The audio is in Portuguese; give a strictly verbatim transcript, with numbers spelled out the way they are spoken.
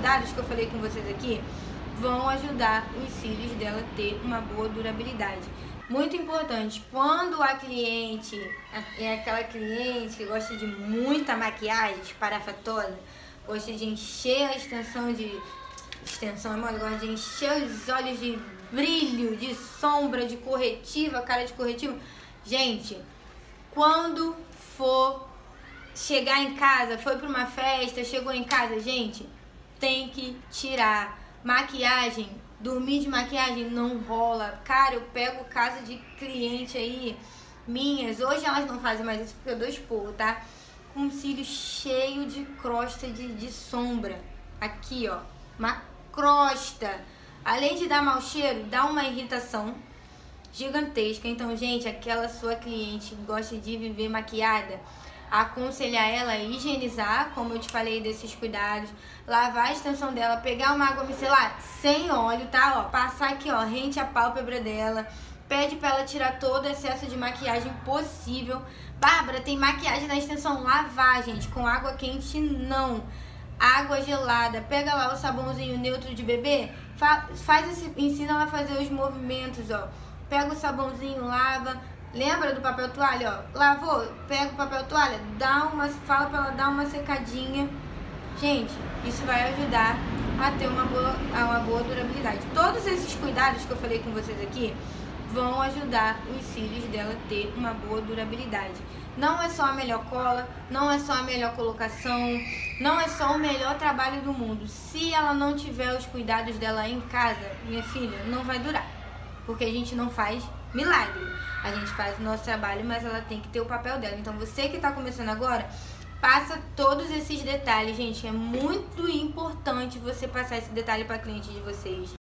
cuidados que eu falei com vocês aqui vão ajudar os cílios dela a ter uma boa durabilidade. Muito importante, quando a cliente é aquela cliente que gosta de muita maquiagem espalhafatosa, gosta de encher a extensão de... extensão é mole, gosta de encher os olhos de brilho, de sombra, de corretiva, cara de corretivo. Gente, quando for chegar em casa, foi pra uma festa, chegou em casa, gente, tem que tirar. Maquiagem, dormir de maquiagem não rola. Cara, eu pego casa de cliente aí, minhas, hoje elas não fazem mais isso porque eu dou esporro, tá? Com cílio cheio de crosta de, de sombra. Aqui, ó, uma crosta. Além de dar mau cheiro, dá uma irritação gigantesca. Então, gente, aquela sua cliente que gosta de viver maquiada, aconselhar ela a higienizar, como eu te falei desses cuidados, lavar a extensão dela, pegar uma água micelar sem óleo, tá? Ó, passar aqui, ó, rente a pálpebra dela, pede pra ela tirar todo o excesso de maquiagem possível. Bárbara, tem maquiagem na extensão? Lavar, gente, com água quente não. Água gelada, pega lá o sabãozinho neutro de bebê, fa faz esse, ensina ela a fazer os movimentos, ó. Pega o sabãozinho, lava. Lembra do papel toalha, ó? Lavou? Pega o papel toalha, dá uma, fala pra ela dar uma secadinha. Gente, isso vai ajudar a ter uma boa, uma boa durabilidade. Todos esses cuidados que eu falei com vocês aqui vão ajudar os cílios dela a ter uma boa durabilidade. Não é só a melhor cola, não é só a melhor colocação, não é só o melhor trabalho do mundo. Se ela não tiver os cuidados dela em casa, minha filha, não vai durar. Porque a gente não faz milagre. A gente faz o nosso trabalho, mas ela tem que ter o papel dela. Então você que está começando agora, passa todos esses detalhes, gente. É muito importante você passar esse detalhe para cliente de vocês.